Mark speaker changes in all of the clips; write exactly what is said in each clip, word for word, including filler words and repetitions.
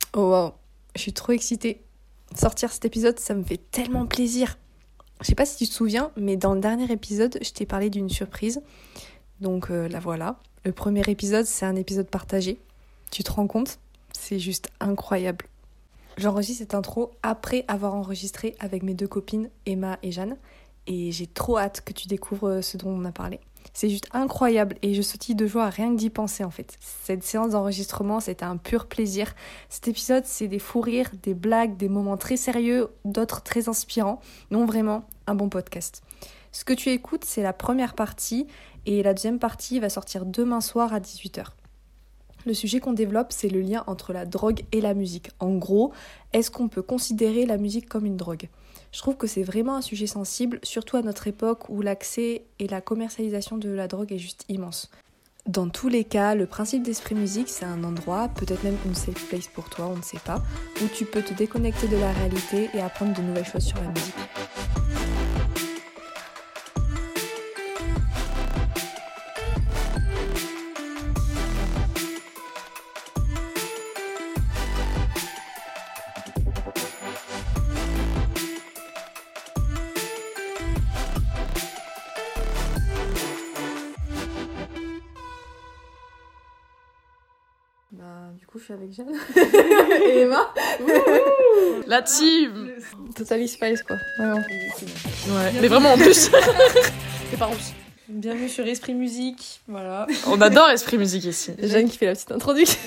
Speaker 1: Oh wow, je suis trop excitée. Sortir cet épisode, ça me fait tellement plaisir. Je sais pas si tu te souviens, mais dans le dernier épisode, je t'ai parlé d'une surprise. Donc euh, la voilà. Le premier épisode, c'est un épisode partagé. Tu te rends compte ? C'est juste incroyable. J'enregistre cette intro après avoir enregistré avec mes deux copines, Emma et Jeanne. Et j'ai trop hâte que tu découvres ce dont on a parlé. C'est juste incroyable et je sautille de joie à rien que d'y penser en fait. Cette séance d'enregistrement, c'était un pur plaisir. Cet épisode, c'est des fous rires, des blagues, des moments très sérieux, d'autres très inspirants. Non, vraiment, un bon podcast. Ce que tu écoutes, c'est la première partie et la deuxième partie va sortir demain soir à dix-huit heures. Le sujet qu'on développe, c'est le lien entre la drogue et la musique. En gros, est-ce qu'on peut considérer la musique comme une drogue ? Je trouve que c'est vraiment un sujet sensible, surtout à notre époque où l'accès et la commercialisation de la drogue est juste immense. Dans tous les cas, le principe d'Esprit Musique, c'est un endroit, peut-être même une safe place pour toi, on ne sait pas, où tu peux te déconnecter de la réalité et apprendre de nouvelles choses sur la musique. Bah, du coup, je suis avec Jeanne et Emma.
Speaker 2: La team.
Speaker 1: Totally Spice, quoi. Vraiment.
Speaker 2: Ouais. Mais vraiment, en plus. C'est pas rousse.
Speaker 3: Bienvenue sur Esprit Musique, voilà.
Speaker 2: On adore Esprit Musique ici.
Speaker 1: Jeanne qui fait la petite introduction.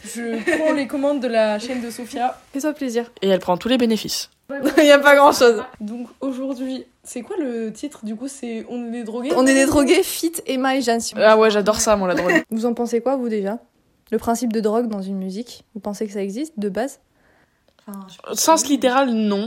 Speaker 3: Je prends les commandes de la chaîne de Sophia.
Speaker 1: Fais-toi plaisir.
Speaker 2: Et elle prend tous les bénéfices.
Speaker 1: Il n'y a pas grand-chose.
Speaker 3: Donc aujourd'hui, c'est quoi le titre du coup ? C'est On est des drogués ?
Speaker 1: On est des drogués, fit Emma et Jeanne.
Speaker 2: Ah ouais, j'adore ça, moi, la drogue.
Speaker 1: Vous en pensez quoi, vous, déjà ? Le principe de drogue dans une musique, vous pensez que ça existe, de base ?
Speaker 3: Enfin,
Speaker 2: Au sens littéral, non.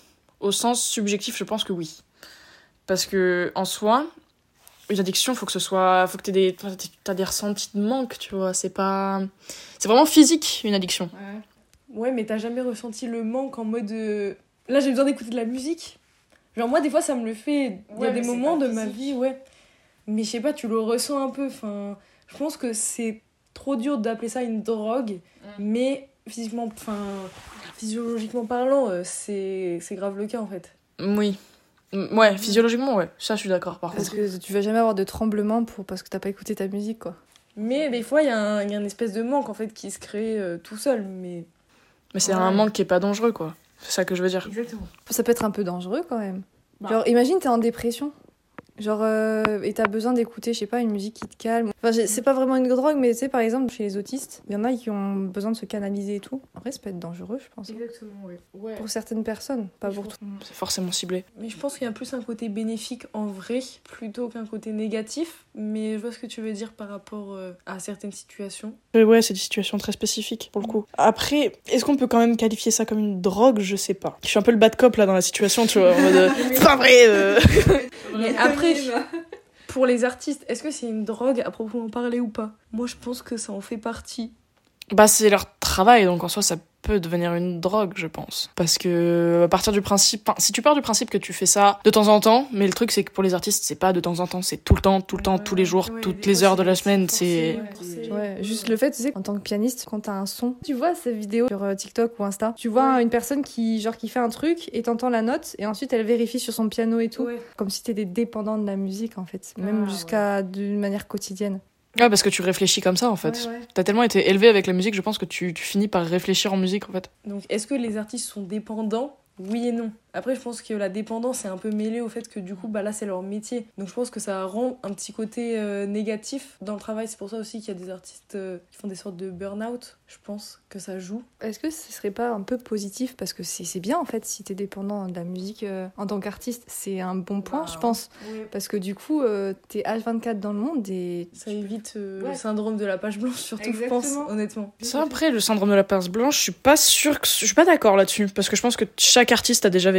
Speaker 2: Au sens subjectif, je pense que oui. Parce que, en soi, une addiction, faut que ce soit... Faut que t'aies des... T'as des ressentis de manque, tu vois. C'est pas... C'est vraiment physique, une addiction.
Speaker 3: Ouais. Ouais, mais t'as jamais ressenti le manque en mode... euh, Là, j'ai besoin d'écouter de la musique. Genre, moi, des fois, ça me le fait. Il y a
Speaker 2: Ouais,
Speaker 3: des
Speaker 2: mais c'est
Speaker 3: moments
Speaker 2: pas
Speaker 3: de ma
Speaker 2: physique.
Speaker 3: vie, ouais. Mais je sais pas, tu le ressens un peu. Enfin, je pense que c'est trop dur d'appeler ça une drogue. Mais physiquement, enfin, physiologiquement parlant, euh, c'est... c'est grave le cas, en fait.
Speaker 2: Oui. Mm, Ouais, physiologiquement, ouais. Ça, je suis d'accord, par
Speaker 1: Parce
Speaker 2: contre.
Speaker 1: que tu vas jamais avoir de tremblement pour... parce que t'as pas écouté ta musique, quoi.
Speaker 3: Mais des fois, il y, a un- il y a une espèce de manque, en fait, qui se crée euh, tout seul. Mais
Speaker 2: Mais c'est
Speaker 3: Ouais.
Speaker 2: un manque qui est pas dangereux, quoi. C'est ça que je veux dire.
Speaker 3: exactement.
Speaker 1: Ça peut être un peu dangereux, quand même.
Speaker 3: Bah.
Speaker 1: Genre, imagine, t'es en dépression. Genre, euh, et t'as besoin d'écouter, je sais pas, une musique qui te calme. Enfin, j'ai- c'est pas vraiment une drogue, mais tu sais, par exemple, chez les autistes, il y en a qui ont besoin de se canaliser et tout. En vrai, ça peut être dangereux, je pense.
Speaker 3: Exactement, oui. Ouais.
Speaker 1: Pour certaines personnes, pas pour tout.
Speaker 2: C'est forcément ciblé.
Speaker 3: Mais je pense qu'il y a plus un côté bénéfique en vrai, plutôt qu'un côté négatif. Mais je vois ce que tu veux dire par rapport euh, à certaines situations.
Speaker 2: Ouais, ouais, c'est des situations très spécifiques, pour le coup. Après, est-ce qu'on peut quand même qualifier ça comme une drogue ? Je sais pas. Je suis un peu le bad cop, là, dans la situation, tu vois, en mode... euh, c'est pas vrai euh.
Speaker 3: Mais après, pour les artistes, est-ce que c'est une drogue à proprement parler ou pas ? Moi, je pense que ça en fait partie.
Speaker 2: Bah, c'est leur travail, donc en soi, ça peut devenir une drogue, je pense. Parce que, à partir du principe... enfin, si tu pars du principe que tu fais ça de temps en temps, mais le truc, c'est que pour les artistes, c'est pas de temps en temps, c'est tout le temps, tout le temps, tous les jours,
Speaker 3: Ouais,
Speaker 2: toutes
Speaker 3: des
Speaker 2: les
Speaker 3: fois,
Speaker 2: heures de la
Speaker 3: c'est
Speaker 2: semaine,
Speaker 3: forcé,
Speaker 2: c'est...
Speaker 3: ouais.
Speaker 1: Ouais, juste le fait, tu sais, en tant que pianiste, quand t'as un son, tu vois ces vidéos sur euh, TikTok ou Insta, tu vois
Speaker 3: Ouais.
Speaker 1: une personne qui, genre, qui fait un truc et t'entends la note et ensuite elle vérifie sur son piano et tout.
Speaker 3: Ouais.
Speaker 1: Comme si t'étais dépendant de la musique, en fait. Même
Speaker 3: Ah,
Speaker 1: jusqu'à d'une manière quotidienne.
Speaker 2: Ouais, parce que tu réfléchis comme ça, en fait.
Speaker 3: Ouais, ouais.
Speaker 2: T'as tellement été élevé avec la musique, je pense que tu, tu finis par réfléchir en musique, en fait.
Speaker 3: Donc, est-ce que les artistes sont dépendants ? Oui et non. Après, je pense que la dépendance est un peu mêlée au fait que du coup, bah là, c'est leur métier. Donc, je pense que ça rend un petit côté euh, négatif dans le travail. C'est pour ça aussi qu'il y a des artistes euh, qui font des sortes de burn-out. Je pense que ça joue.
Speaker 1: Est-ce que ce serait pas un peu positif ? Parce que c'est c'est bien, en fait, si t'es dépendant de la musique euh, en tant qu'artiste, c'est un bon point,
Speaker 3: Bah,
Speaker 1: je pense. Parce que du coup, euh, t'es H vingt-quatre dans le monde et...
Speaker 3: Ça évite euh,
Speaker 1: Ouais.
Speaker 3: le syndrome de la page blanche, surtout, je pense,
Speaker 1: Exactement.
Speaker 3: honnêtement.
Speaker 2: Ça, après, le syndrome de la pince blanche, je suis pas sûre que... Je suis pas d'accord là-dessus, parce que je pense que chaque artiste a déjà vécu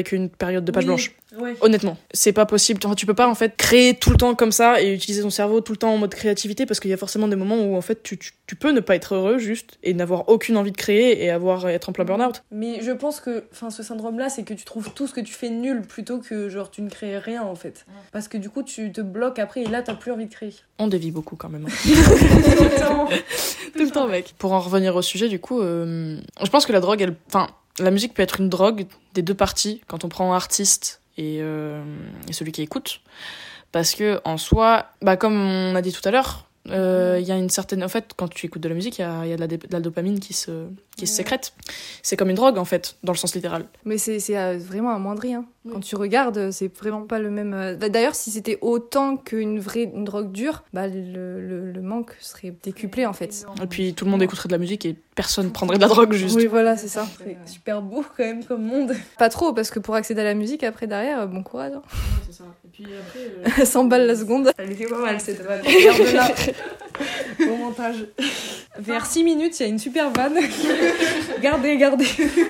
Speaker 2: qu'une période de page
Speaker 3: Oui.
Speaker 2: blanche.
Speaker 3: Ouais.
Speaker 2: Honnêtement, c'est pas possible. Enfin, tu peux pas en fait créer tout le temps comme ça et utiliser ton cerveau tout le temps en mode créativité parce qu'il y a forcément des moments où en fait tu, tu, tu peux ne pas être heureux juste et n'avoir aucune envie de créer et avoir être en plein burn-out.
Speaker 3: Mais je pense que enfin, ce syndrome-là, c'est que tu trouves tout ce que tu fais nul plutôt que genre tu ne crées rien en fait. Parce que du coup, tu te bloques après et là, t'as plus envie de créer.
Speaker 2: On dévie beaucoup quand même. Hein.
Speaker 3: Tout le temps.
Speaker 2: Tout le temps, mec. Pour en revenir au sujet, du coup, euh, je pense que la drogue, elle, enfin, la musique peut être une drogue des deux parties quand on prend artiste et, euh, et celui qui écoute, parce que en soi, bah comme on a dit tout à l'heure, il euh, y a une certaine, en fait, quand tu écoutes de la musique, il y a, y a de, la dé- de la dopamine qui se qui se sécrète. C'est comme une drogue en fait, dans le sens littéral.
Speaker 1: Mais c'est c'est, euh, vraiment amoindri. Hein. Oui. Quand tu regardes, c'est vraiment pas le même. euh, D'ailleurs, si c'était autant qu'une vraie une drogue dure, bah, le, le, le manque serait décuplé en fait.
Speaker 2: Et puis tout le monde écouterait de la musique et personne prendrait de la drogue juste.
Speaker 1: Oui, voilà, c'est ça.
Speaker 3: C'est super beau quand même comme monde.
Speaker 1: Pas trop, parce que pour accéder à la musique, après derrière, bon courage. Hein.
Speaker 2: Ouais, c'est ça. Et puis après. Euh...
Speaker 1: cent balles la seconde.
Speaker 3: Elle était pas mal cette vanne. Regarde-la. Au montage. Vers six minutes, il y a une super vanne. Gardez, gardez.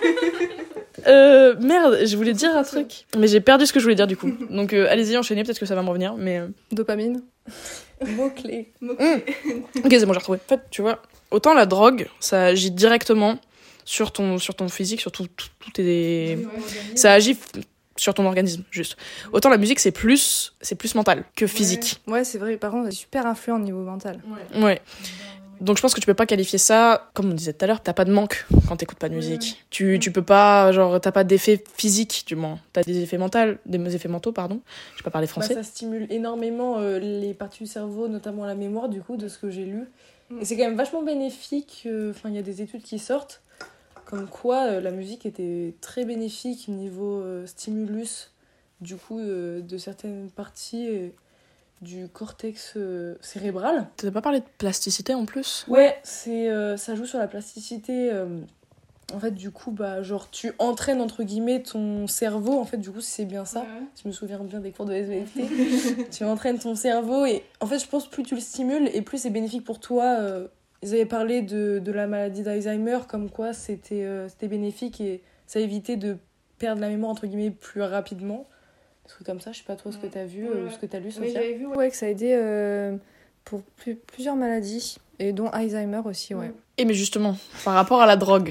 Speaker 2: Euh, merde, je voulais dire un truc. Mais j'ai perdu ce que je voulais dire du coup. Donc euh, allez-y, enchaînez, peut-être que ça va me revenir. Mais... euh,
Speaker 1: Dopamine.
Speaker 3: Mots-clés.
Speaker 2: Mmh. Ok, c'est bon, j'ai retrouvé. En fait, tu vois, autant la drogue, ça agit directement sur ton, sur ton physique, sur tout, tout, tout tes... Oui, ouais, ça agit f- sur ton organisme, juste. Autant la musique, c'est plus, c'est plus mental que physique.
Speaker 1: Ouais, ouais c'est vrai. Par contre, c'est super influent au niveau mental.
Speaker 2: Ouais. ouais. Donc je pense que tu peux pas qualifier ça, comme on disait tout à l'heure, t'as pas de manque quand t'écoutes pas de musique. Oui, oui. Tu, tu peux pas, genre, t'as pas d'effet physique, du moins. T'as des effets mentaux, des effets mentaux, pardon. Je sais pas parler français.
Speaker 3: Bah, ça stimule énormément euh, les parties du cerveau, notamment la mémoire, du coup, de ce que j'ai lu. Mm. Et c'est quand même vachement bénéfique. Enfin, euh, il y a des études qui sortent, comme quoi euh, la musique était très bénéfique niveau euh, stimulus, du coup, euh, de certaines parties... Et... du cortex euh, cérébral.
Speaker 2: T'as pas parlé de plasticité en plus ?
Speaker 3: Ouais, c'est, euh, ça joue sur la plasticité. Euh, en fait, du coup, bah, genre, tu entraînes, entre guillemets, ton cerveau. En fait, du coup, c'est bien ça. Ouais. Je me souviens bien des cours de S V F T. Tu entraînes ton cerveau et, en fait, je pense plus tu le stimules et plus c'est bénéfique pour toi. Euh, ils avaient parlé de, de la maladie d'Alzheimer, comme quoi c'était, euh, c'était bénéfique et ça évitait de perdre la mémoire, entre guillemets, plus rapidement. Des trucs comme ça, je sais pas toi ce que t'as vu, ouais. euh, ce que t'as lu, Sophia.
Speaker 1: Oui, j'avais vu, ouais. ouais, que ça a aidé euh, pour plus, plusieurs maladies, et dont Alzheimer aussi, ouais.
Speaker 2: Et mais justement, par rapport à la drogue.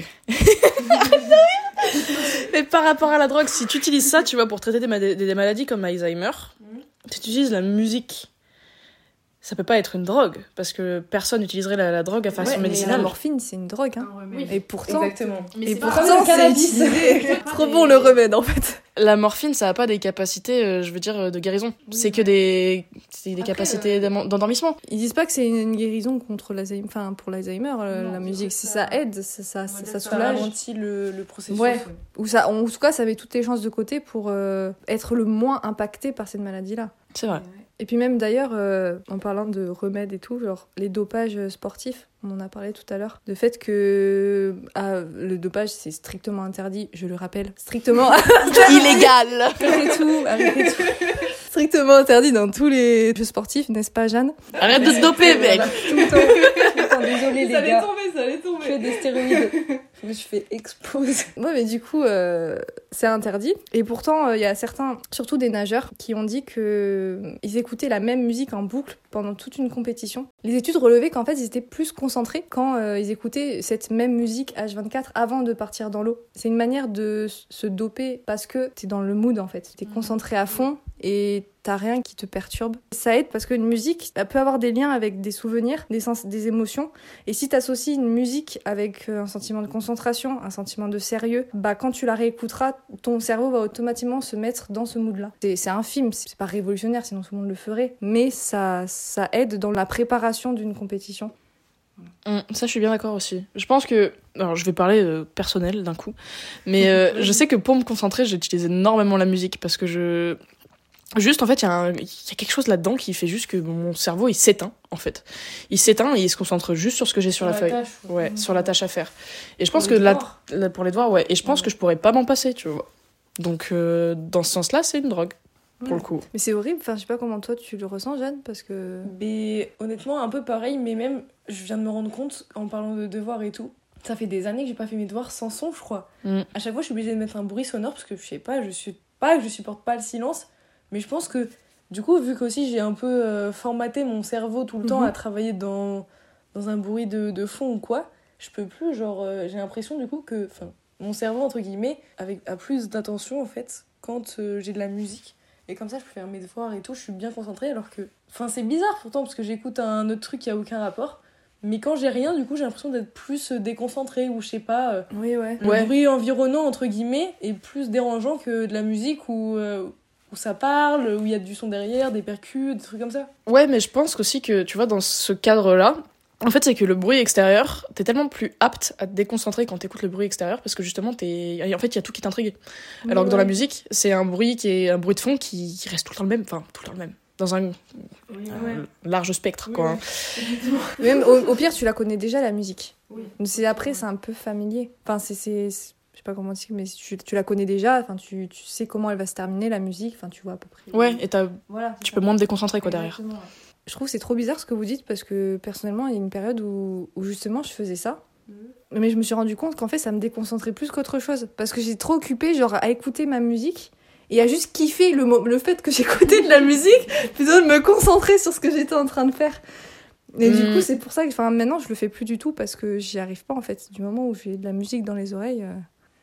Speaker 2: Mais par rapport à la drogue, si tu utilises ça, tu vois, pour traiter des, ma- des, des maladies comme Alzheimer, mm. si tu utilises la musique, ça peut pas être une drogue, parce que personne n'utiliserait la, la drogue à façon
Speaker 1: ouais,
Speaker 2: médicinale.
Speaker 1: La morphine, c'est une drogue, hein.
Speaker 3: Ah ouais, mais...
Speaker 1: Et pourtant,
Speaker 3: exactement.
Speaker 1: Mais et pourtant, c'est utilisé. Trop bon le remède, en fait.
Speaker 2: La morphine, ça a pas des capacités, euh, je veux dire, de guérison. Oui, c'est ouais. que des, c'est des Après, capacités euh... d'endormissement.
Speaker 1: Ils disent pas que c'est une guérison contre l'Alzheimer, enfin pour l'Alzheimer, non, la musique. Ça, ça aide, ça, ça, ouais, ça, ça soulage.
Speaker 3: Ça ralentit le, le processus.
Speaker 1: Ouais. ouais. Ou ça, en tout cas, ça met toutes les chances de côté pour euh, être le moins impacté par cette maladie-là.
Speaker 2: C'est vrai.
Speaker 1: Et puis même d'ailleurs, euh, en parlant de remèdes et tout, genre les dopages sportifs, on en a parlé tout à l'heure, le fait que ah, le dopage c'est strictement interdit, je le rappelle, strictement
Speaker 2: illégal.
Speaker 1: Arrêtez tout, arrêtez tout. Strictement interdit dans tous les jeux sportifs, n'est-ce pas Jeanne ?
Speaker 2: Arrête de te doper, mec.
Speaker 3: Tout le temps. Tout le temps. Désolée les
Speaker 1: ça
Speaker 3: gars.
Speaker 1: Ça allait tomber, ça allait tomber.
Speaker 3: Je fais des stéroïdes. Je me suis fait exploser.
Speaker 1: Ouais, mais du coup, euh, c'est interdit. Et pourtant, il euh, y a certains, surtout des nageurs, qui ont dit qu'ils euh, écoutaient la même musique en boucle pendant toute une compétition. Les études relevaient qu'en fait, ils étaient plus concentrés quand euh, ils écoutaient cette même musique H vingt-quatre avant de partir dans l'eau. C'est une manière de se doper parce que t'es dans le mood, en fait. T'es concentré à fond et t'as rien qui te perturbe. Ça aide parce qu'une musique, elle peut avoir des liens avec des souvenirs, des, sens, des émotions. Et si t'associes une musique avec un sentiment de concentration, un sentiment de sérieux, bah quand tu la réécouteras, ton cerveau va automatiquement se mettre dans ce mood-là. C'est, c'est infime, c'est pas révolutionnaire, sinon tout le monde le ferait. Mais ça, ça aide dans la préparation d'une compétition.
Speaker 2: Mmh, ça, je suis bien d'accord aussi. Je pense que... Alors, je vais parler euh, personnel d'un coup. Mais euh, je sais que pour me concentrer, j'utilise énormément la musique parce que je... Juste, en fait, il y, y a quelque chose là-dedans qui fait juste que mon cerveau, il s'éteint, en fait. Il s'éteint et il se concentre juste sur ce que j'ai sur, sur la, la feuille. Tâche, ouais, mmh. sur la tâche à faire. Et je pense pour que la, la, pour les devoirs, ouais. Et je pense mmh. que je pourrais pas m'en passer, tu vois. Donc, euh, dans ce sens-là, c'est une drogue, pour ouais. le coup.
Speaker 1: Mais c'est horrible. Enfin, je sais pas comment toi, tu le ressens, Jeanne, parce que...
Speaker 3: Mais honnêtement, un peu pareil, mais même, je viens de me rendre compte, en parlant de devoirs et tout, Ça fait des années que j'ai pas fait mes devoirs sans son, je crois.
Speaker 2: Mm.
Speaker 3: À chaque fois, je suis obligée de mettre un bruit sonore parce que je sais pas, je suis pas que je supporte pas le silence, mais je pense que du coup, vu qu'aussi j'ai un peu euh, formaté mon cerveau tout le temps
Speaker 1: Mhm.
Speaker 3: à travailler dans, dans un bruit de, de fond ou quoi, je peux plus, genre, euh, j'ai l'impression du coup que, enfin, mon cerveau, entre guillemets, avec, a plus d'attention en fait quand euh, j'ai de la musique. Et comme ça, je peux faire mes devoirs et tout, je suis bien concentrée alors que. Enfin, c'est bizarre pourtant parce que j'écoute un autre truc qui a aucun rapport. Mais quand j'ai rien, du coup, j'ai l'impression d'être plus déconcentrée ou je sais pas. Euh,
Speaker 1: Oui, ouais.
Speaker 3: le
Speaker 2: Ouais.
Speaker 3: bruit environnant, entre guillemets, est plus dérangeant que de la musique où, euh, où ça parle, où il y a du son derrière, des percus, des trucs comme ça.
Speaker 2: Ouais, mais je pense aussi que, tu vois, dans ce cadre-là, en fait, c'est que le bruit extérieur, t'es tellement plus apte à te déconcentrer quand t'écoutes le bruit extérieur parce que justement, t'es... en fait, il y a tout qui t'intrigue. Alors que dans la musique, c'est un bruit qui est un bruit de fond qui, qui reste tout le temps le même, enfin, tout le temps le même. Dans un,
Speaker 3: Oui,
Speaker 2: un large spectre,
Speaker 3: Oui,
Speaker 2: quoi.
Speaker 3: oui.
Speaker 2: hein.
Speaker 1: Même au, au pire, tu la connais déjà, la musique.
Speaker 3: Oui.
Speaker 1: C'est après, c'est un peu familier. Enfin, c'est, c'est, c'est- je sais pas comment dire, mais tu, tu la connais déjà. Enfin, tu, tu sais comment elle va se terminer, la musique. Enfin, tu vois à peu près.
Speaker 2: Ouais, et t'as...
Speaker 1: Voilà.
Speaker 2: tu peux moins te déconcentrer, quoi, derrière.
Speaker 1: Exactement, ouais. Je trouve que c'est trop bizarre ce que vous dites parce que personnellement, il y a une période où, où justement je faisais ça. Mais je me suis rendu compte qu'en fait, ça me déconcentrait plus qu'autre chose. Parce que j'étais trop occupée, genre, à écouter ma musique et à juste kiffer le, mo- le fait que j'écoutais de la musique plutôt de me concentrer sur ce que j'étais en train de faire. Et du
Speaker 2: Mm.
Speaker 1: coup, c'est pour ça que enfin, maintenant, je le fais plus du tout parce que j'y arrive pas en fait. Du moment où j'ai de la musique dans les oreilles. euh,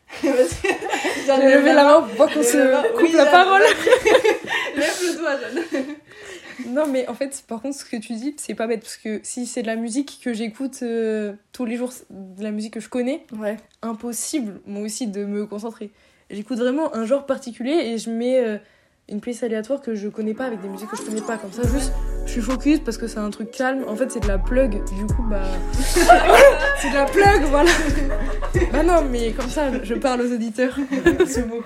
Speaker 3: J'ai levé la main pour pas qu'on se coupe la parole.
Speaker 1: Lève le doigt, Jeanne.
Speaker 3: Non, mais en fait, par contre, ce que tu dis, c'est pas bête. Parce que si c'est de la musique que j'écoute euh, tous les jours, de la musique que je connais,
Speaker 1: Ouais.
Speaker 3: impossible, moi aussi, de me concentrer. J'écoute vraiment un genre particulier et je mets euh, une playlist aléatoire que je connais pas avec des musiques que je connais pas. Comme ça, juste, je suis focus parce que c'est un truc calme. En fait, c'est de la plug. Du coup, bah. c'est de la plug, voilà. Bah non, mais comme ça, je parle aux auditeurs. Ce mot.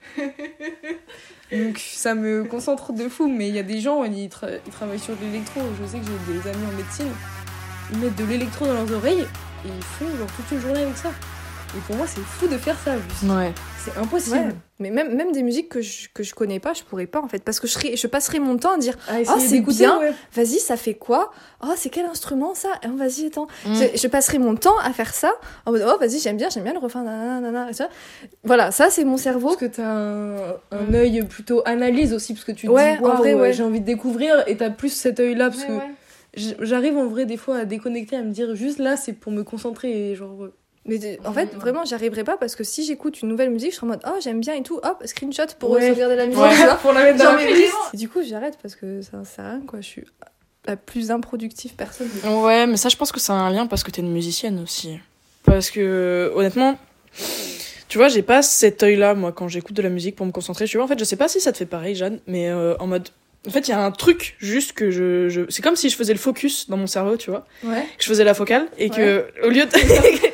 Speaker 3: Donc ça me concentre de fou, mais il y a des gens, ils, tra- ils travaillent sur de l'électro. Je sais que j'ai des amis en médecine, ils mettent de l'électro dans leurs oreilles et ils font genre toute une journée avec ça. Et pour moi, c'est fou de faire ça, juste.
Speaker 2: Ouais.
Speaker 3: C'est impossible.
Speaker 1: Ouais. Mais même, même des musiques que je, que je connais pas, je pourrais pas en fait. Parce que je, serais, je passerais mon temps à dire
Speaker 3: À essayer
Speaker 1: Oh, c'est
Speaker 3: d'écouter,
Speaker 1: bien.
Speaker 3: ouais.
Speaker 1: vas-y, ça fait quoi? Oh, c'est quel instrument ça? Oh, vas-y, attends.
Speaker 2: Mm.
Speaker 1: Je, je passerai mon temps à faire ça en mode oh, vas-y, j'aime bien, j'aime bien le refrain. Nanana, nanana, et ça. Voilà, ça c'est mon cerveau.
Speaker 3: Parce que t'as un, un œil plutôt analyse aussi, parce que tu te
Speaker 1: Ouais,
Speaker 3: dis,
Speaker 1: en
Speaker 3: waouh,
Speaker 1: vrai, ouais.
Speaker 3: j'ai envie de découvrir, et t'as plus cet œil-là, parce
Speaker 1: Ouais,
Speaker 3: que
Speaker 1: ouais.
Speaker 3: j- j'arrive en vrai des fois à déconnecter, à me dire juste là, c'est pour me concentrer, et genre. euh,
Speaker 1: Mais de- en fait, vraiment, j'y arriverai pas parce que si j'écoute une nouvelle musique, je serai en mode oh, j'aime bien et tout, hop, screenshot pour
Speaker 3: Ouais.
Speaker 1: sauvegarder la musique.
Speaker 2: Ouais.
Speaker 1: tu vois.
Speaker 3: pour la mettre dans
Speaker 1: Genre,
Speaker 3: la playlist.
Speaker 1: Et du coup, j'arrête parce que ça sert à rien quoi. Je suis la plus improductive personne.
Speaker 2: Ouais, mais ça, je pense que ça a un lien parce que t'es une musicienne aussi. Parce que, honnêtement, tu vois, j'ai pas cet œil-là, moi, quand j'écoute de la musique pour me concentrer. Tu vois, en fait, je sais pas si ça te fait pareil, Jeanne, mais euh, en mode. En fait, il y a un truc juste que je, je. C'est comme si je faisais le focus dans mon cerveau, tu vois.
Speaker 1: Ouais.
Speaker 2: Que je faisais la focale et que, au lieu de.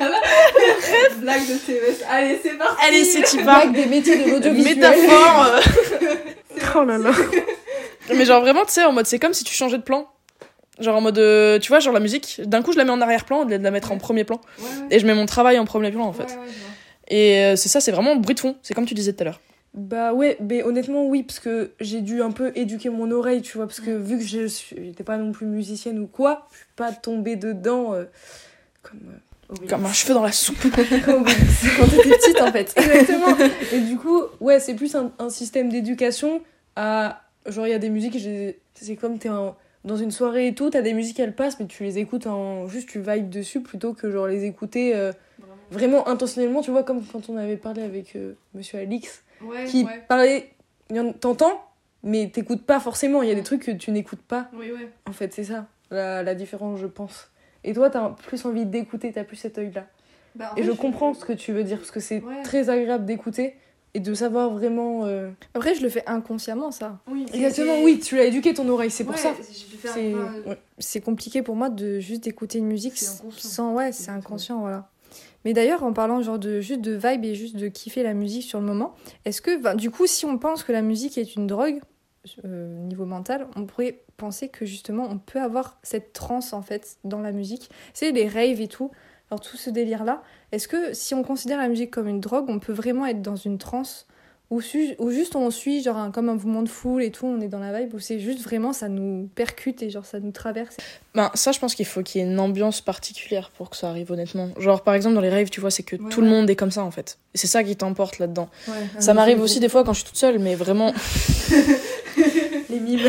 Speaker 1: Blague de T V S. Allez, c'est parti.
Speaker 2: Allez, c'est tu vas.
Speaker 3: Blague des métiers de l'audiovisuel.
Speaker 2: Métaphore. euh,
Speaker 3: Oh là là.
Speaker 2: Mais genre vraiment, tu sais, en mode, c'est comme si tu changeais de plan. Genre en mode, euh, tu vois, genre la musique, d'un coup je la mets en arrière-plan au lieu de la mettre en premier plan. Et je mets mon travail en premier plan en fait. Et euh, c'est ça, c'est vraiment bruit de fond, c'est comme tu disais tout à l'heure.
Speaker 3: Bah ouais, mais honnêtement oui, parce que j'ai dû un peu éduquer mon oreille, tu vois, parce que vu que je suis- j'étais pas non plus musicienne ou quoi, je suis pas tombée dedans euh, comme... euh, Obélix.
Speaker 2: Comme un cheveu dans la soupe.
Speaker 3: Comme Obélix.
Speaker 1: Quand t'étais petite en fait.
Speaker 3: Exactement. Et du coup, ouais, c'est plus un, un système d'éducation à... Genre, il y a des musiques, j'ai- c'est comme t'es en- dans une soirée et tout, t'as des musiques, elles passent, mais tu les écoutes en... Juste, tu vibes dessus plutôt que genre les écouter euh, vraiment intentionnellement, tu vois, comme quand on avait parlé avec euh, Monsieur Alix,
Speaker 1: Ouais,
Speaker 3: qui parlait... il y en- T'entends, mais t'écoutes pas forcément. Il y a des trucs que tu n'écoutes pas.
Speaker 1: Oui, ouais.
Speaker 3: En fait, c'est ça, la, la différence, je pense. Et toi, t'as plus envie d'écouter, t'as plus cet œil-là.
Speaker 1: Bah,
Speaker 3: Et je comprends ce que tu veux dire, parce que c'est
Speaker 1: Ouais.
Speaker 3: très agréable d'écouter et de savoir vraiment... euh,
Speaker 1: Après, je le fais inconsciemment ça.
Speaker 4: Oui,
Speaker 3: Exactement, oui, tu l'as éduqué ton oreille, c'est pour ça.
Speaker 4: C'est
Speaker 3: C'est...
Speaker 4: un
Speaker 3: ouais.
Speaker 1: C'est compliqué pour moi de juste écouter une musique
Speaker 4: C'est inconscient.
Speaker 1: sans ouais, c'est inconscient voilà. Mais d'ailleurs, en parlant genre de juste de vibe et juste de kiffer la musique sur le moment, est-ce que, enfin, du coup, si on pense que la musique est une drogue, euh, niveau mental, on pourrait penser que justement, on peut avoir cette transe en fait dans la musique. C'est les raves et tout, alors tout ce délire-là. Est-ce que si on considère la musique comme une drogue, on peut vraiment être dans une transe ou, su- ou juste on suit genre un- comme un mouvement de foule et tout, on est dans la vibe, ou c'est juste vraiment ça nous percute et genre ça nous traverse.
Speaker 2: Ben, ça, je pense qu'il faut qu'il y ait une ambiance particulière pour que ça arrive, honnêtement. Genre, par exemple, dans les raves, tu vois, c'est que
Speaker 1: Ouais,
Speaker 2: tout
Speaker 1: ouais.
Speaker 2: le monde est comme ça, en fait. Et c'est ça qui t'emporte là-dedans.
Speaker 1: Ouais,
Speaker 2: Ça m'arrive aussi des fois quand je suis toute seule, mais vraiment...
Speaker 3: Les mimes.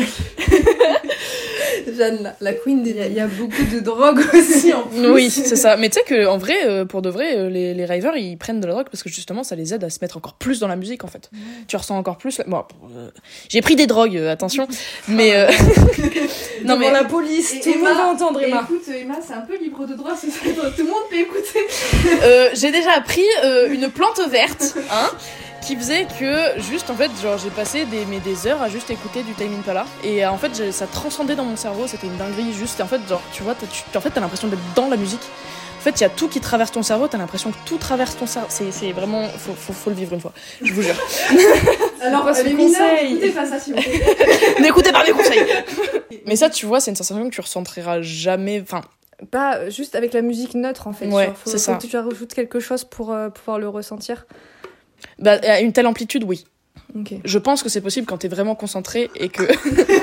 Speaker 1: Jeanne, la, la queen des...
Speaker 3: Il y, a- il y a beaucoup de drogue aussi en plus.
Speaker 2: Oui, c'est ça. Mais tu sais qu'en vrai, euh, pour de vrai, euh, les, les ravers, ils prennent de la drogue parce que justement, ça les aide à se mettre encore plus dans la musique, en fait. Tu ressens encore plus... la- Bon, euh, j'ai pris des drogues, euh, attention. Mais... euh,
Speaker 3: Non,
Speaker 2: non, mais...
Speaker 3: la police,
Speaker 1: Et
Speaker 3: tout le monde
Speaker 1: Emma-
Speaker 3: va entendre Emma.
Speaker 1: Écoute, Emma, c'est un peu libre de droit, c'est ça, tout le monde peut écouter.
Speaker 2: Euh, j'ai déjà appris euh, une plante verte, hein, qui faisait que juste en fait genre j'ai passé des mais des heures à juste écouter du Tame Impala et euh, en fait j'ai- ça transcendait dans mon cerveau, c'était une dinguerie juste et en fait genre tu vois t'as- tu, en fait t'as l'impression d'être dans la musique. En fait, il y a tout qui traverse ton cerveau, t'as l'impression que tout traverse ton cerveau. C'est, c'est vraiment. Faut, faut, faut le vivre une fois, je vous jure.
Speaker 1: Alors,
Speaker 3: Passe
Speaker 1: les
Speaker 3: le
Speaker 1: mineurs,
Speaker 3: conseil.
Speaker 1: écoutez pas ça, s'il vous plaît.
Speaker 2: N'écoutez pas mes conseils. Mais ça, tu vois, c'est une sensation que tu ressentiras jamais. Enfin,
Speaker 1: Pas juste avec la musique neutre, en fait.
Speaker 2: Ouais,
Speaker 1: Genre, faut,
Speaker 2: c'est
Speaker 1: faut
Speaker 2: ça.
Speaker 1: que tu rajoutes quelque chose pour euh, pouvoir le ressentir.
Speaker 2: bah, à une telle amplitude, oui.
Speaker 1: Ok.
Speaker 2: Je pense que c'est possible quand t'es vraiment concentré et que.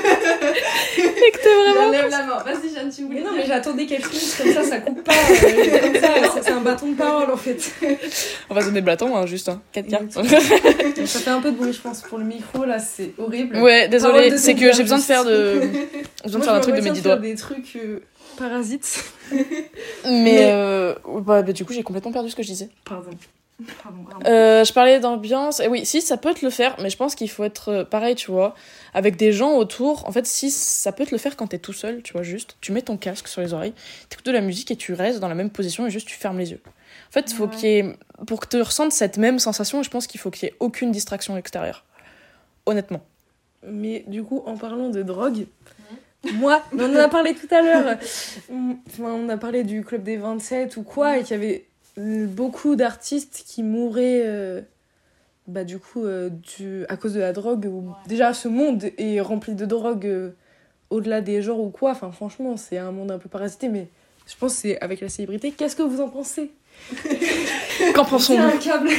Speaker 2: et que t'es vraiment.
Speaker 1: Lève la main. Vas-y, Jeanne, tu
Speaker 3: Mais non, mais j'attendais qu'elle finisse comme ça, ça coupe pas. euh, comme ça, c'est- c'est un bâton de parole en fait.
Speaker 2: On va donner le bâton, hein, juste. Hein. quatre cartes.
Speaker 3: Ça fait un peu de bruit, je pense, pour le micro là, c'est horrible.
Speaker 2: Ouais,
Speaker 3: Parole
Speaker 2: désolé,
Speaker 3: de
Speaker 2: c'est que
Speaker 3: Sylvia,
Speaker 2: j'ai besoin de
Speaker 3: juste.
Speaker 2: faire de. J'ai besoin de faire un truc de mes dix doigts.
Speaker 3: des trucs euh, parasites.
Speaker 2: Mais,
Speaker 3: Mais-
Speaker 2: euh, bah, bah, du coup, j'ai complètement perdu ce que je disais.
Speaker 3: Pardon. Pardon, pardon.
Speaker 2: Euh, je parlais d'ambiance. Et oui, si, ça peut te le faire, mais je pense qu'il faut être euh, pareil, tu vois, avec des gens autour. En fait, si ça peut te le faire quand t'es tout seul, tu vois, juste, tu mets ton casque sur les oreilles, t'écoutes de la musique et tu restes dans la même position et juste tu fermes les yeux. En fait, faut
Speaker 1: Ouais.
Speaker 2: qu'il y ait, pour que tu ressentes cette même sensation, je pense qu'il faut qu'il y ait aucune distraction extérieure. Honnêtement.
Speaker 3: Mais du coup, en parlant de drogue, moi, on en a parlé tout à l'heure. Enfin, on a parlé du club des vingt-sept ou quoi, et qu'il y avait beaucoup d'artistes qui mouraient euh, bah, du coup, euh, du, à cause de la drogue. Où déjà, ce monde est rempli de drogue euh, au-delà des genres ou quoi. Enfin, franchement, c'est un monde un peu parasité, mais je pense que c'est avec la célébrité. Qu'est-ce que vous en pensez?
Speaker 2: Qu'en
Speaker 3: C'est
Speaker 2: pensons-nous
Speaker 3: un câble.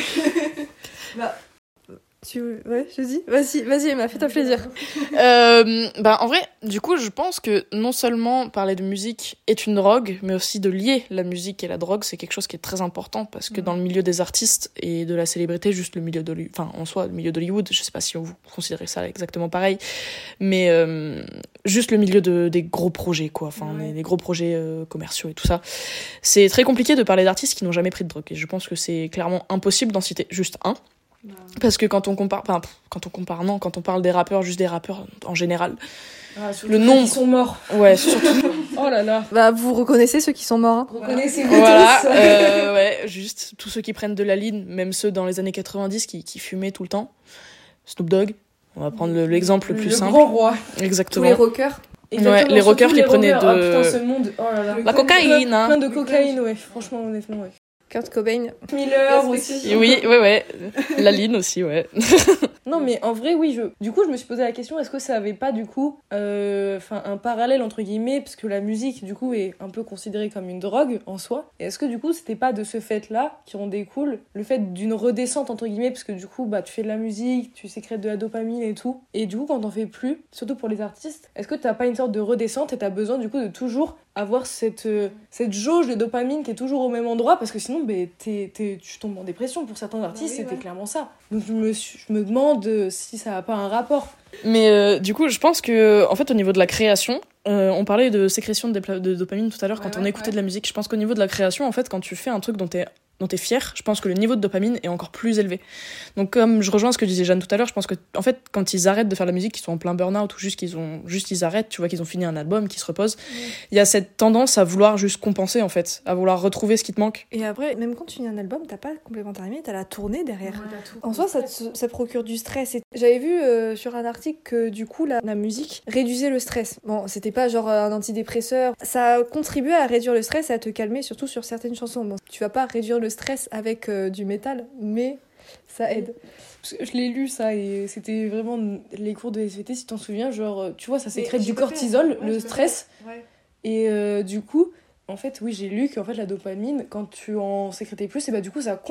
Speaker 1: Tu... Ouais, je dis. Vas-y, vas-y, Emma, fais-toi plaisir.
Speaker 2: Euh, bah, en vrai, du coup, je pense que non seulement parler de musique est une drogue, mais aussi de lier la musique et la drogue, c'est quelque chose qui est très important parce que dans le milieu des artistes et de la célébrité, juste le milieu d'Hollywood, enfin, en soi, le milieu d'Hollywood, je sais pas si vous considérez ça exactement pareil, mais euh, juste le milieu de, des gros projets, quoi, enfin,
Speaker 3: Ouais.
Speaker 2: des, des gros projets euh, commerciaux et tout ça. C'est très compliqué de parler d'artistes qui n'ont jamais pris de drogue et je pense que c'est clairement impossible d'en citer juste un. Parce que quand on compare, enfin, pff, quand on compare, non, quand on parle des rappeurs, juste des rappeurs en général.
Speaker 3: Ah, surtout
Speaker 2: Le
Speaker 3: ceux
Speaker 2: nombre.
Speaker 3: qui sont morts.
Speaker 2: Ouais, surtout.
Speaker 3: Oh là là.
Speaker 1: Bah, vous reconnaissez ceux qui sont morts. Hein.
Speaker 3: Reconnaissez-vous
Speaker 2: Voilà,
Speaker 3: tous.
Speaker 2: euh, ouais, juste tous ceux qui prennent de la ligne, même ceux dans les années quatre-vingt-dix qui, qui fumaient tout le temps. Snoop Dogg, on va prendre le- l'exemple le plus
Speaker 3: le
Speaker 2: simple.
Speaker 3: grand roi.
Speaker 1: Tous
Speaker 2: Exactement.
Speaker 1: les rockers.
Speaker 3: Exactement,
Speaker 2: les rockers
Speaker 3: surtout
Speaker 2: qui
Speaker 3: les
Speaker 2: prenaient
Speaker 3: rockers.
Speaker 2: de-
Speaker 3: Ah putain, ce monde. Oh là là.
Speaker 2: La cocaïne,
Speaker 3: Plein,
Speaker 2: hein.
Speaker 3: plein de cocaïne, ouais. Franchement, honnêtement, ouais.
Speaker 1: Kurt Cobain.
Speaker 3: Miller
Speaker 1: Respecte.
Speaker 3: aussi.
Speaker 2: Et oui, ouais, ouais. La ligne aussi, ouais.
Speaker 3: Non, mais en vrai, oui. Je... Du coup, je me suis posé la question, est-ce que ça avait pas, du coup, euh, enfin, un parallèle, entre guillemets, parce que la musique, du coup, est un peu considérée comme une drogue, en soi. Et est-ce que, du coup, c'était pas de ce fait-là qui en découle le fait d'une redescente, entre guillemets, parce que, du coup, bah, tu fais de la musique, tu sécrètes de la dopamine et tout. Et du coup, quand t'en fais plus, surtout pour les artistes, est-ce que t'as pas une sorte de redescente et t'as besoin, du coup, de toujours avoir cette, euh, cette jauge de dopamine qui est toujours au même endroit, parce que sinon, bah, t'es, t'es, tu tombes en dépression. Pour certains artistes,
Speaker 1: oui,
Speaker 3: c'était
Speaker 1: ouais.
Speaker 3: clairement ça. Donc, je me, suis- je me demande euh, si ça a pas un rapport.
Speaker 2: Mais euh, du coup, je pense que, en fait, au niveau de la création, euh, on parlait de sécrétion de, dépla- de dopamine tout à l'heure quand
Speaker 1: Ouais,
Speaker 2: on
Speaker 1: ouais,
Speaker 2: écoutait
Speaker 1: ouais.
Speaker 2: de la musique. Je pense qu'au niveau de la création, en fait, quand tu fais un truc dont t'es dont t'es fier, je pense que le niveau de dopamine est encore plus élevé. Donc comme je rejoins ce que disait Jeanne tout à l'heure, je pense que en fait quand ils arrêtent de faire de la musique, qu'ils sont en plein burn-out ou juste qu'ils ont juste ils arrêtent, tu vois qu'ils ont fini un album, qu'ils se reposent, il y a cette tendance à vouloir juste compenser en fait, à vouloir retrouver ce qui te manque.
Speaker 1: Et après, même quand tu finis un album, t'as pas complètement aimé, t'as la tournée derrière. En soi, ça, te- ça procure du stress. Et j'avais vu euh, sur un article que du coup, la, la musique réduisait le stress. Bon, c'était pas genre euh, un antidépresseur. Ça contribuait à réduire le stress et à te calmer, surtout sur certaines chansons. Bon, tu vas pas réduire le stress avec euh, du métal, mais ça aide.
Speaker 3: Parce que je l'ai lu ça et c'était vraiment les cours de S V T si t'en souviens, genre tu vois ça sécrète
Speaker 1: j'ai
Speaker 3: du
Speaker 1: pas fait,
Speaker 3: cortisol,
Speaker 1: ouais,
Speaker 3: le
Speaker 1: je
Speaker 3: stress
Speaker 1: Ouais.
Speaker 3: et euh, du coup en fait oui j'ai lu qu'en fait la dopamine quand tu en sécrétais plus et bah du coup ça contre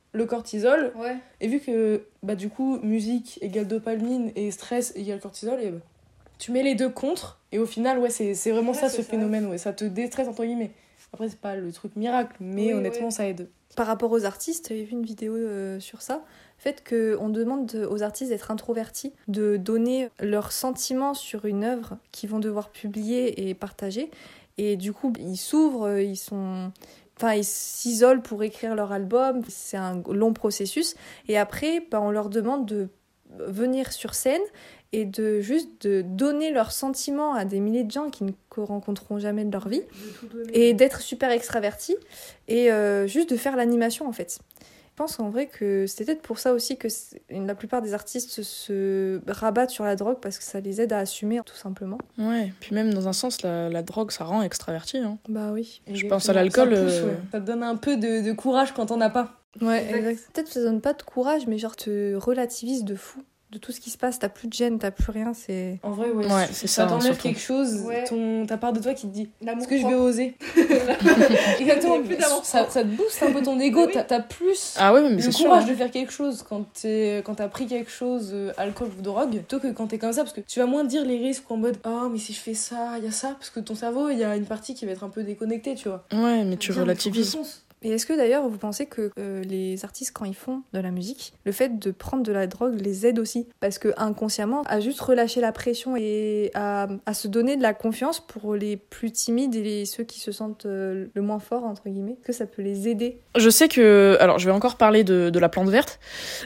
Speaker 3: le cortisol.
Speaker 1: Ouais.
Speaker 3: Et vu que, bah, du coup, musique égale dopamine et stress égale cortisol, et bah, tu mets les deux contre. Et au final, ouais, c'est, c'est vraiment
Speaker 1: Ouais,
Speaker 3: ça,
Speaker 1: c'est
Speaker 3: ce
Speaker 1: ça.
Speaker 3: phénomène. Ouais. Ça te déstresse, entre guillemets. Après, c'est pas le truc miracle, mais
Speaker 1: Oui,
Speaker 3: honnêtement,
Speaker 1: oui.
Speaker 3: ça aide.
Speaker 1: Par rapport aux artistes, j'avais vu une vidéo euh, sur ça. Le fait qu'on demande aux artistes d'être introvertis, de donner leurs sentiments sur une œuvre qu'ils vont devoir publier et partager. Et du coup, ils s'ouvrent, ils sont... Enfin, ils s'isolent pour écrire leur album. C'est un long processus. Et après, bah, on leur demande de venir sur scène et de juste de donner leurs sentiments à des milliers de gens qui ne rencontreront jamais de leur vie. Et d'être super extravertis et euh, juste de faire l'animation, en fait. Je pense en vrai que c'est peut-être pour ça aussi que la plupart des artistes se rabattent sur la drogue, parce que ça les aide à assumer, tout simplement.
Speaker 2: Ouais, puis même dans un sens, la, la drogue, ça rend extraverti. Hein.
Speaker 1: Bah oui.
Speaker 2: Je pense à l'alcool.
Speaker 3: Ça, pousse,
Speaker 2: euh...
Speaker 3: ouais. Ça te donne un peu de, de courage quand on as pas.
Speaker 1: Ouais, exact. Peut-être que ça donne pas de courage, mais genre te relativise de fou. De tout ce qui se passe, t'as plus de gêne, t'as plus rien, c'est...
Speaker 3: En vrai, ouais,
Speaker 2: ouais
Speaker 3: c'est
Speaker 2: ça,
Speaker 3: ça t'enlève
Speaker 2: surtout.
Speaker 3: quelque chose,
Speaker 1: Ouais.
Speaker 3: ton, ta part de toi qui te dit
Speaker 1: L'amour
Speaker 3: est-ce que je vais
Speaker 1: propre.
Speaker 3: oser Exactement,
Speaker 1: Il y a plus d'amour
Speaker 3: ça, ça te booste un peu ton ego,
Speaker 1: Oui.
Speaker 3: t'as, t'as plus
Speaker 2: Ah ouais, mais
Speaker 3: le
Speaker 2: c'est sûr.
Speaker 3: courage
Speaker 2: hein.
Speaker 3: de faire quelque chose quand, t'es, quand t'as pris quelque chose, euh, alcool ou drogue, plutôt que quand t'es comme ça, parce que tu vas moins dire les risques en mode « Oh, mais si je fais ça, il y a ça », parce que ton cerveau, il y a une partie qui va être un peu déconnectée, tu vois.
Speaker 2: Ouais, mais tu
Speaker 3: Tiens, mais faut que je
Speaker 2: relativises.
Speaker 3: fonce.
Speaker 1: Et est-ce que d'ailleurs vous pensez que euh, les artistes, quand ils font de la musique, le fait de prendre de la drogue les aide aussi? Parce que inconsciemment, à juste relâcher la pression et à, à se donner de la confiance pour les plus timides et les, ceux qui se sentent euh, le moins forts, entre guillemets, que ça peut les aider?
Speaker 2: Je sais que... Alors, je vais encore parler de, de la plante verte.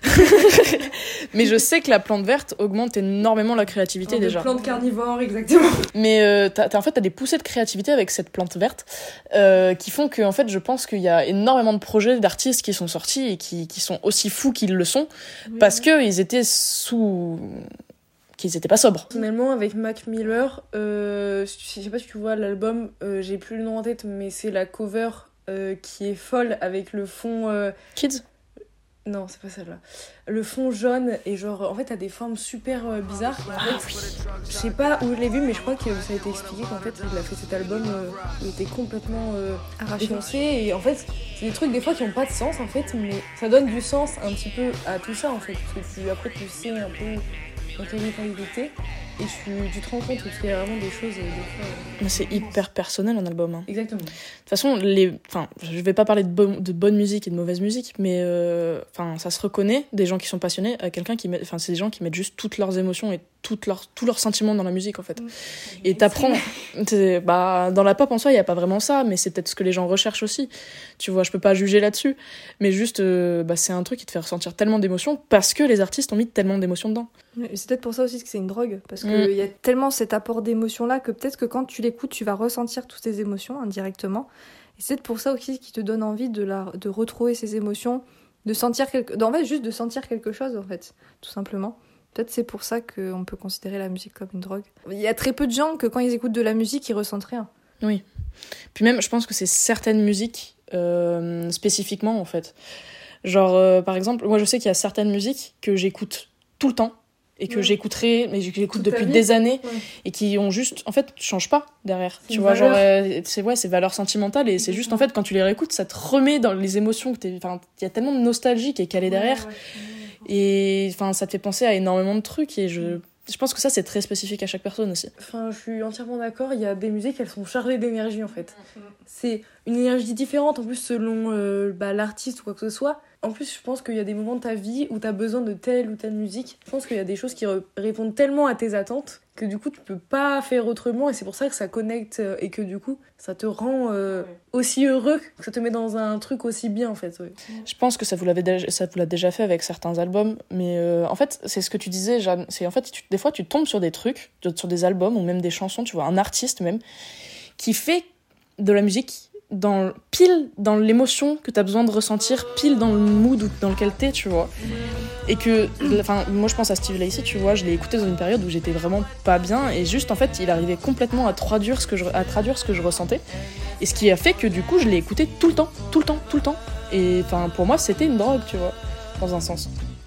Speaker 2: Mais je sais que la plante verte augmente énormément la créativité, déjà.
Speaker 3: Plantes carnivores, exactement.
Speaker 2: Mais euh, t'as, t'as, en fait, t'as des poussées de créativité avec cette plante verte euh, qui font que, en fait, je pense qu'il y a énormément de projets d'artistes qui sont sortis et qui, qui sont aussi fous qu'ils le sont
Speaker 3: Oui,
Speaker 2: parce
Speaker 3: ouais.
Speaker 2: qu'ils étaient sous... qu'ils étaient pas sobres.
Speaker 3: Personnellement, avec Mac Miller, euh, je sais pas si tu vois l'album, euh, j'ai plus le nom en tête, mais c'est la cover euh, qui est folle avec le fond... euh,
Speaker 2: Kids.
Speaker 3: Non, c'est pas celle-là. Le fond jaune et genre, en fait, t'as des formes super euh, bizarres. Et en fait, je sais pas où je l'ai vu, mais je crois que ça a été expliqué qu'en fait, il a fait cet album, euh, il était complètement euh,
Speaker 1: Arraché.
Speaker 3: défoncé. Et en fait, c'est des trucs des fois qui ont pas de sens en fait, mais ça donne du sens un petit peu à tout ça en fait. Parce que tu, après, tu sais un peu dans quelle état il était et tu, tu te rends compte parce qu'il y a vraiment des choses, euh, des fois. euh,
Speaker 2: Mais c'est hyper personnel un album. Hein.
Speaker 3: Exactement.
Speaker 2: De toute façon, les... enfin, je vais pas parler de, bon... de bonne musique et de mauvaise musique, mais euh... enfin, ça se reconnaît, des gens qui sont passionnés, à quelqu'un qui met... enfin, c'est des gens qui mettent juste toutes leurs émotions et toutes leurs... tous leurs sentiments dans la musique, en fait.
Speaker 1: Mmh.
Speaker 2: Et t'apprends... c'est... Bah, dans la pop, en soi, il y a pas vraiment ça, mais c'est peut-être ce que les gens recherchent aussi. Tu vois, je peux pas juger là-dessus. Mais juste, euh... bah, c'est un truc qui te fait ressentir tellement d'émotions parce que les artistes ont mis tellement d'émotions dedans.
Speaker 1: Et c'est peut-être pour ça aussi que c'est une drogue, parce qu'il
Speaker 2: Mm.
Speaker 1: y a tellement cet apport d'émotions-là que peut-être que quand tu l'écoutes, tu vas ressentir toutes ces émotions indirectement. Et c'est peut-être pour ça aussi qui te donne envie de, la, de retrouver ces émotions, de sentir quelque... en fait, juste de sentir quelque chose, en fait, tout simplement. Peut-être c'est pour ça qu'on peut considérer la musique comme une drogue. Il y a très peu de gens que quand ils écoutent de la musique, ils ressentent rien.
Speaker 2: Oui. Puis même, je pense que c'est certaines musiques, euh, spécifiquement, en fait. Genre, euh, par exemple, moi, je sais qu'il y a certaines musiques que j'écoute tout le temps, et que
Speaker 3: Ouais.
Speaker 2: j'écouterai, mais que j'écoute
Speaker 3: Toute ta
Speaker 2: depuis
Speaker 3: vie.
Speaker 2: des années,
Speaker 3: Ouais.
Speaker 2: et qui ont juste, en fait, tu changes pas derrière.
Speaker 3: C'est
Speaker 2: Tu
Speaker 3: une
Speaker 2: vois, genre,
Speaker 3: valeur.
Speaker 2: euh, c'est, ouais, c'est valeur sentimentale, et c'est juste, en
Speaker 3: Exactement.
Speaker 2: fait, quand tu les réécoutes, ça te remet dans les émotions que t'es, enfin, il y a tellement de nostalgie qui est calée derrière,
Speaker 3: Ouais, ouais.
Speaker 2: et, enfin, ça te fait penser à énormément de trucs, et je, je pense que ça, c'est très spécifique à chaque personne aussi.
Speaker 3: Enfin, je suis entièrement d'accord. Il y a des musiques, elles sont chargées d'énergie en fait. C'est une énergie différente en plus selon euh, bah, l'artiste ou quoi que ce soit. En plus, je pense qu'il y a des moments de ta vie où tu as besoin de telle ou telle musique. Je pense qu'il y a des choses qui re- répondent tellement à tes attentes que du coup, tu peux pas faire autrement. Et c'est pour ça que ça connecte euh, et que du coup, ça te rend euh, aussi heureux, que ça te met dans un truc aussi bien en fait. Ouais.
Speaker 2: Je pense que ça vous l'avez déjà, ça vous l'a déjà fait avec certains albums, mais euh, en fait, c'est ce que tu disais, Jeanne. C'est en fait, tu, des fois, tu tombes sur des trucs, sur des albums ou même des chansons, tu vois, un artiste même, qui fait de la musique dans, pile dans l'émotion que tu as besoin de ressentir, pile dans le mood dans lequel t'es, tu vois. Et que, enfin, moi je pense à Steve Lacy, tu vois, je l'ai écouté dans une période où j'étais vraiment pas bien, et juste en fait, il arrivait complètement à traduire ce que je, à traduire ce que je ressentais. Et ce qui a fait que du coup, je l'ai écouté tout le temps, tout le temps, tout le temps. Et enfin, pour moi, c'était une drogue, tu vois, dans un sens.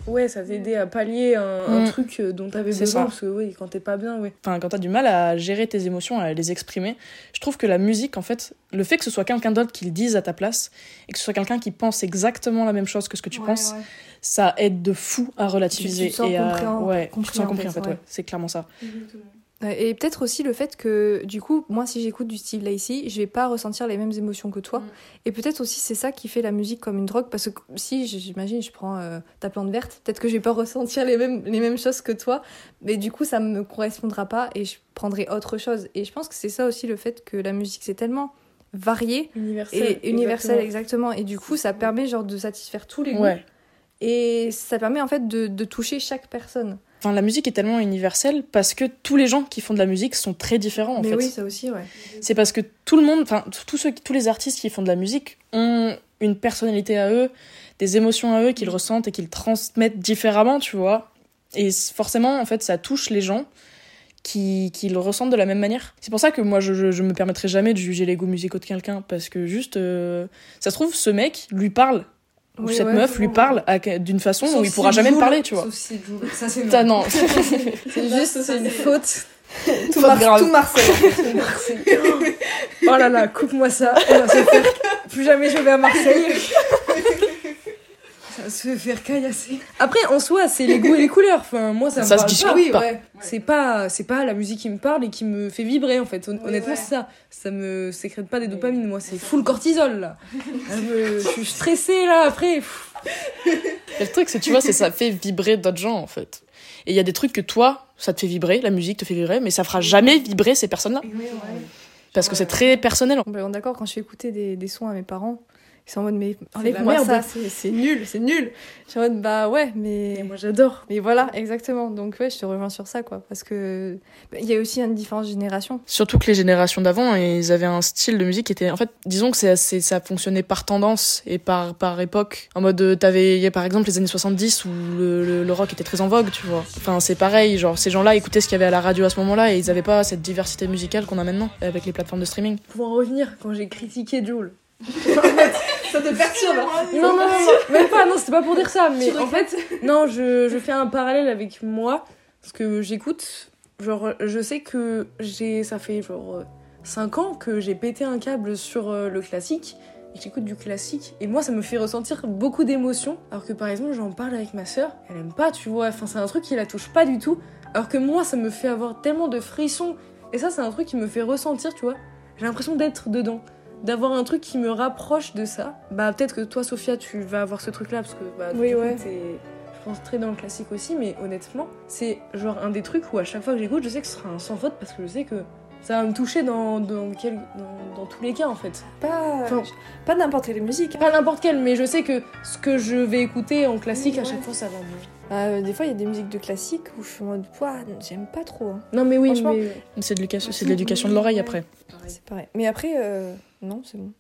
Speaker 3: Ouais, ça t'aidait à pallier un, un
Speaker 2: Mm.
Speaker 3: truc euh, dont t'avais
Speaker 2: C'est
Speaker 3: besoin,
Speaker 2: ça.
Speaker 3: parce que oui, quand t'es pas bien, ouais.
Speaker 2: Enfin, quand t'as du mal à gérer tes émotions, à les exprimer, je trouve que la musique, en fait, le fait que ce soit quelqu'un d'autre qui le dise à ta place, et que ce soit quelqu'un qui pense exactement la même chose que ce que tu
Speaker 1: Ouais,
Speaker 2: penses,
Speaker 1: ouais.
Speaker 2: ça aide de fou à relativiser.
Speaker 1: Tu te sens
Speaker 2: et à...
Speaker 1: compris en-
Speaker 2: ouais,
Speaker 1: compris,
Speaker 2: tu te sens
Speaker 1: en
Speaker 2: compris,
Speaker 1: fait,
Speaker 2: en fait,
Speaker 1: ouais.
Speaker 2: ouais. C'est clairement ça.
Speaker 1: Euh, Et peut-être aussi le fait que, du coup, moi, si j'écoute du Steve Lacy, je vais pas ressentir les mêmes émotions que toi.
Speaker 3: Mm.
Speaker 1: Et peut-être aussi c'est ça qui fait la musique comme une drogue, parce que si, j'imagine, je prends euh, ta plante verte, peut-être que je vais pas ressentir les mêmes, les mêmes choses que toi, mais du coup, ça me correspondra pas et je prendrai autre chose. Et je pense que c'est ça aussi le fait que la musique, c'est tellement varié
Speaker 3: Universel.
Speaker 1: et universel,
Speaker 3: exactement.
Speaker 1: exactement. Et du coup, ça permet genre de satisfaire tous les goûts.
Speaker 2: Ouais.
Speaker 1: Et ça permet en fait de, de toucher chaque personne.
Speaker 2: Enfin, la musique est tellement universelle parce que tous les gens qui font de la musique sont très différents, en
Speaker 1: mais
Speaker 2: fait.
Speaker 1: oui, ça aussi, ouais.
Speaker 2: C'est parce que tout le monde, enfin, tous ceux, tous les artistes qui font de la musique ont une personnalité à eux, des émotions à eux qu'ils ressentent et qu'ils transmettent différemment, tu vois. Et forcément, en fait, ça touche les gens qui, qui le ressentent de la même manière. C'est pour ça que moi, je, je, je me permettrai jamais de juger les goûts musicaux de quelqu'un, parce que juste, euh, ça se trouve, ce mec lui parle, ou
Speaker 1: Oui,
Speaker 2: cette
Speaker 1: ouais,
Speaker 2: meuf lui
Speaker 3: ouais.
Speaker 2: parle à- d'une façon
Speaker 3: Sauf
Speaker 2: où il
Speaker 3: si
Speaker 2: pourra jamais me
Speaker 3: Jul-
Speaker 2: parler, tu vois.
Speaker 3: Sauf si Jul- Ça, c'est
Speaker 2: Ça,
Speaker 3: non.
Speaker 2: non.
Speaker 3: C'est juste, c'est une faute.
Speaker 1: Tout,
Speaker 2: Faute
Speaker 1: Mar-
Speaker 2: grave.
Speaker 1: tout Marseille, en fait.
Speaker 3: Oh là là, coupe-moi ça. On va se faire... Plus jamais je vais à Marseille. Ça va se faire caillasser. Après, en soi, c'est les goûts et les couleurs. Enfin, moi, ça me
Speaker 2: Ça se
Speaker 3: parle
Speaker 2: discute
Speaker 3: pas. Oui,
Speaker 2: pas.
Speaker 3: ouais. C'est pas, c'est pas la musique qui me parle et qui me fait vibrer, en fait. Hon- Honnêtement, c'est ça. Ça me sécrète pas des dopamines. Moi, c'est full cortisol, là. Je, me- je suis stressée, là, après. Pff.
Speaker 2: Et le truc, c'est, tu vois, c'est ça fait vibrer d'autres gens, en fait. Et il y a des trucs que toi, ça te fait vibrer, la musique te fait vibrer, mais ça fera jamais vibrer ces personnes-là. Parce que c'est très personnel.
Speaker 1: Bon, d'accord, quand je fais écouter des, des sons à mes parents, ils sont en mode, mais
Speaker 3: de la
Speaker 1: enlève-moi
Speaker 3: merde.
Speaker 1: ça, c'est c'est nul, c'est nul. Je suis en mode, bah ouais, mais.
Speaker 3: Et moi, j'adore.
Speaker 1: Mais voilà, exactement. Donc ouais, je te rejoins sur ça, quoi. Parce que bah, il y a aussi une différence de génération.
Speaker 2: Surtout que les générations d'avant, ils avaient un style de musique qui était... En fait, disons que c'est, c'est, ça fonctionnait par tendance et par, par époque. En mode, euh, t'avais, il y a par exemple les années soixante-dix où le, le, le rock était très en vogue, tu vois. Enfin, c'est pareil, genre, ces gens-là écoutaient ce qu'il y avait à la radio à ce moment-là et ils avaient pas cette diversité musicale qu'on a maintenant avec les plateformes de streaming.
Speaker 3: Pour en revenir, quand j'ai critiqué Jul.
Speaker 1: Ça te perturbe.
Speaker 3: Non, non, non, non, même pas, non, c'était pas pour dire ça, mais en fait, non, je, je fais un parallèle avec moi, parce que j'écoute, genre, je sais que j'ai, ça fait genre cinq ans que j'ai pété un câble sur euh, le classique, et que j'écoute du classique, et moi, ça me fait ressentir beaucoup d'émotions, alors que par exemple, j'en parle avec ma sœur, elle aime pas, tu vois, enfin, c'est un truc qui la touche pas du tout, alors que moi, ça me fait avoir tellement de frissons, et ça, c'est un truc qui me fait ressentir, tu vois, j'ai l'impression d'être dedans. D'avoir un truc qui me rapproche de ça. Bah peut-être que toi Sophia tu vas avoir ce truc là parce que bah
Speaker 1: Oui,
Speaker 3: du coup,
Speaker 1: ouais.
Speaker 3: t'es, je pense, très dans le classique aussi, mais honnêtement c'est genre un des trucs où à chaque fois que j'écoute je sais que ce sera un sans faute parce que je sais que ça va me toucher dans, dans, quel, dans, dans tous les cas en fait.
Speaker 1: Pas,
Speaker 3: Enfin,
Speaker 1: pas n'importe quelle musique.
Speaker 3: pas n'importe quelle, mais je sais que ce que je vais écouter en classique
Speaker 1: Oui,
Speaker 3: à
Speaker 1: ouais.
Speaker 3: chaque fois ça va me...
Speaker 1: Euh, des fois, il y a des musiques de classique où je suis en mode, Ouah, j'aime pas trop. hein.
Speaker 3: Non mais oui,
Speaker 1: Franchement,
Speaker 3: mais...
Speaker 2: C'est de l'éducation, c'est de, l'éducation de l'oreille
Speaker 1: Ouais.
Speaker 2: après.
Speaker 1: C'est pareil. Mais après, euh, non, c'est bon.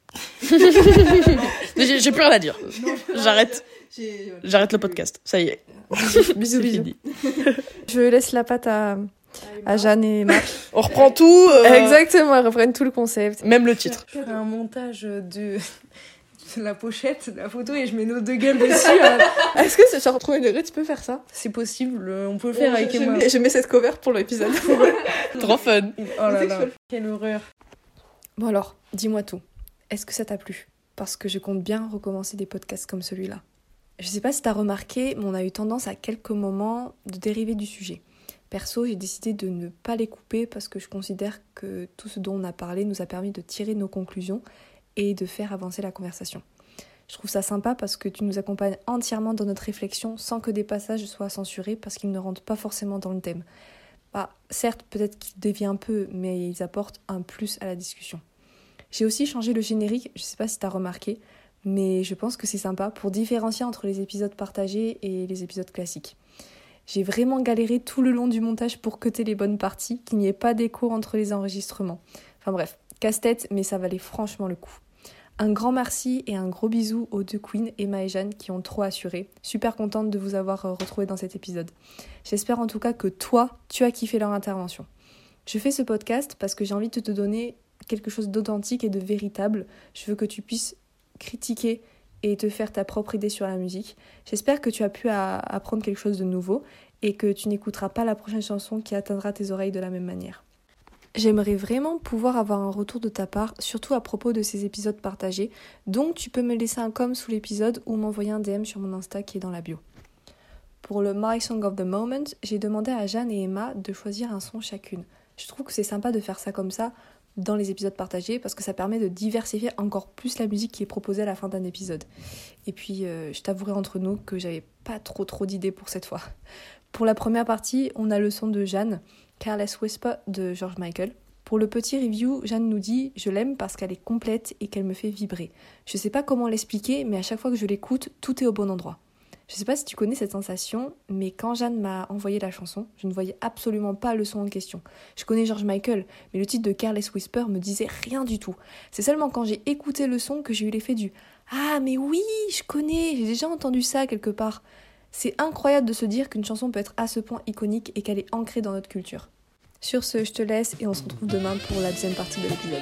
Speaker 2: j'ai, j'ai plus rien à dire. J'arrête. J'arrête le podcast. Ça y est.
Speaker 1: Bisous,
Speaker 2: C'est
Speaker 1: bisous.
Speaker 2: fini.
Speaker 1: Je laisse la patte à, à Jeanne et Marc.
Speaker 2: On reprend tout. euh,
Speaker 1: Exactement, elles reprennent tout le concept.
Speaker 2: Même le titre.
Speaker 3: Je ferai un montage de... de la pochette, de la photo et je mets nos deux gueules dessus. hein.
Speaker 1: Est-ce que c'est sur retrouver une tu peux faire ça?
Speaker 3: C'est possible, on peut le faire avec
Speaker 1: je,
Speaker 3: Emma.
Speaker 1: mets, je mets cette cover pour l'épisode.
Speaker 2: Trop fun.
Speaker 3: Oh là là, quelle horreur.
Speaker 1: Bon alors, dis-moi tout. Est-ce que ça t'a plu? Parce que je compte bien recommencer des podcasts comme celui-là. Je sais pas si t'as remarqué, mais on a eu tendance à quelques moments de dériver du sujet. Perso, j'ai décidé de ne pas les couper parce que je considère que tout ce dont on a parlé nous a permis de tirer nos conclusions et de faire avancer la conversation. Je trouve ça sympa parce que tu nous accompagnes entièrement dans notre réflexion sans que des passages soient censurés parce qu'ils ne rentrent pas forcément dans le thème. Bah, certes, peut-être qu'ils dévient un peu, mais ils apportent un plus à la discussion. J'ai aussi changé le générique, je sais pas si t'as remarqué, mais je pense que c'est sympa pour différencier entre les épisodes partagés et les épisodes classiques. J'ai vraiment galéré tout le long du montage pour cutter les bonnes parties, qu'il n'y ait pas d'écho entre les enregistrements. Enfin bref, casse-tête, mais ça valait franchement le coup. Un grand merci et un gros bisou aux deux queens, Emma et Jeanne, qui ont trop assuré. Super contente de vous avoir retrouvés dans cet épisode. J'espère en tout cas que toi, tu as kiffé leur intervention. Je fais ce podcast parce que j'ai envie de te donner quelque chose d'authentique et de véritable. Je veux que tu puisses critiquer et te faire ta propre idée sur la musique. J'espère que tu as pu a- apprendre quelque chose de nouveau et que tu n'écouteras pas la prochaine chanson qui atteindra tes oreilles de la même manière. J'aimerais vraiment pouvoir avoir un retour de ta part, surtout à propos de ces épisodes partagés, donc tu peux me laisser un com sous l'épisode ou m'envoyer un D M sur mon Insta qui est dans la bio. Pour le My Song of the Moment, j'ai demandé à Jeanne et Emma de choisir un son chacune. Je trouve que c'est sympa de faire ça comme ça dans les épisodes partagés parce que ça permet de diversifier encore plus la musique qui est proposée à la fin d'un épisode. Et puis, euh, je t'avouerai entre nous que j'avais pas trop trop d'idées pour cette fois. Pour la première partie, on a le son de Jeanne, Careless Whisper de George Michael. Pour le petit review, Jeanne nous dit « Je l'aime parce qu'elle est complète et qu'elle me fait vibrer. Je sais pas comment l'expliquer, mais à chaque fois que je l'écoute, tout est au bon endroit. » Je sais pas si tu connais cette sensation, mais quand Jeanne m'a envoyé la chanson, je ne voyais absolument pas le son en question. Je connais George Michael, mais le titre de Careless Whisper me disait rien du tout. C'est seulement quand j'ai écouté le son que j'ai eu l'effet du « Ah mais oui, je connais, j'ai déjà entendu ça quelque part ». C'est incroyable de se dire qu'une chanson peut être à ce point iconique et qu'elle est ancrée dans notre culture. Sur ce, je te laisse et on se retrouve demain pour la deuxième partie de l'épisode.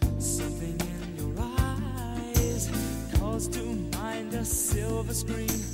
Speaker 4: To mind a silver screen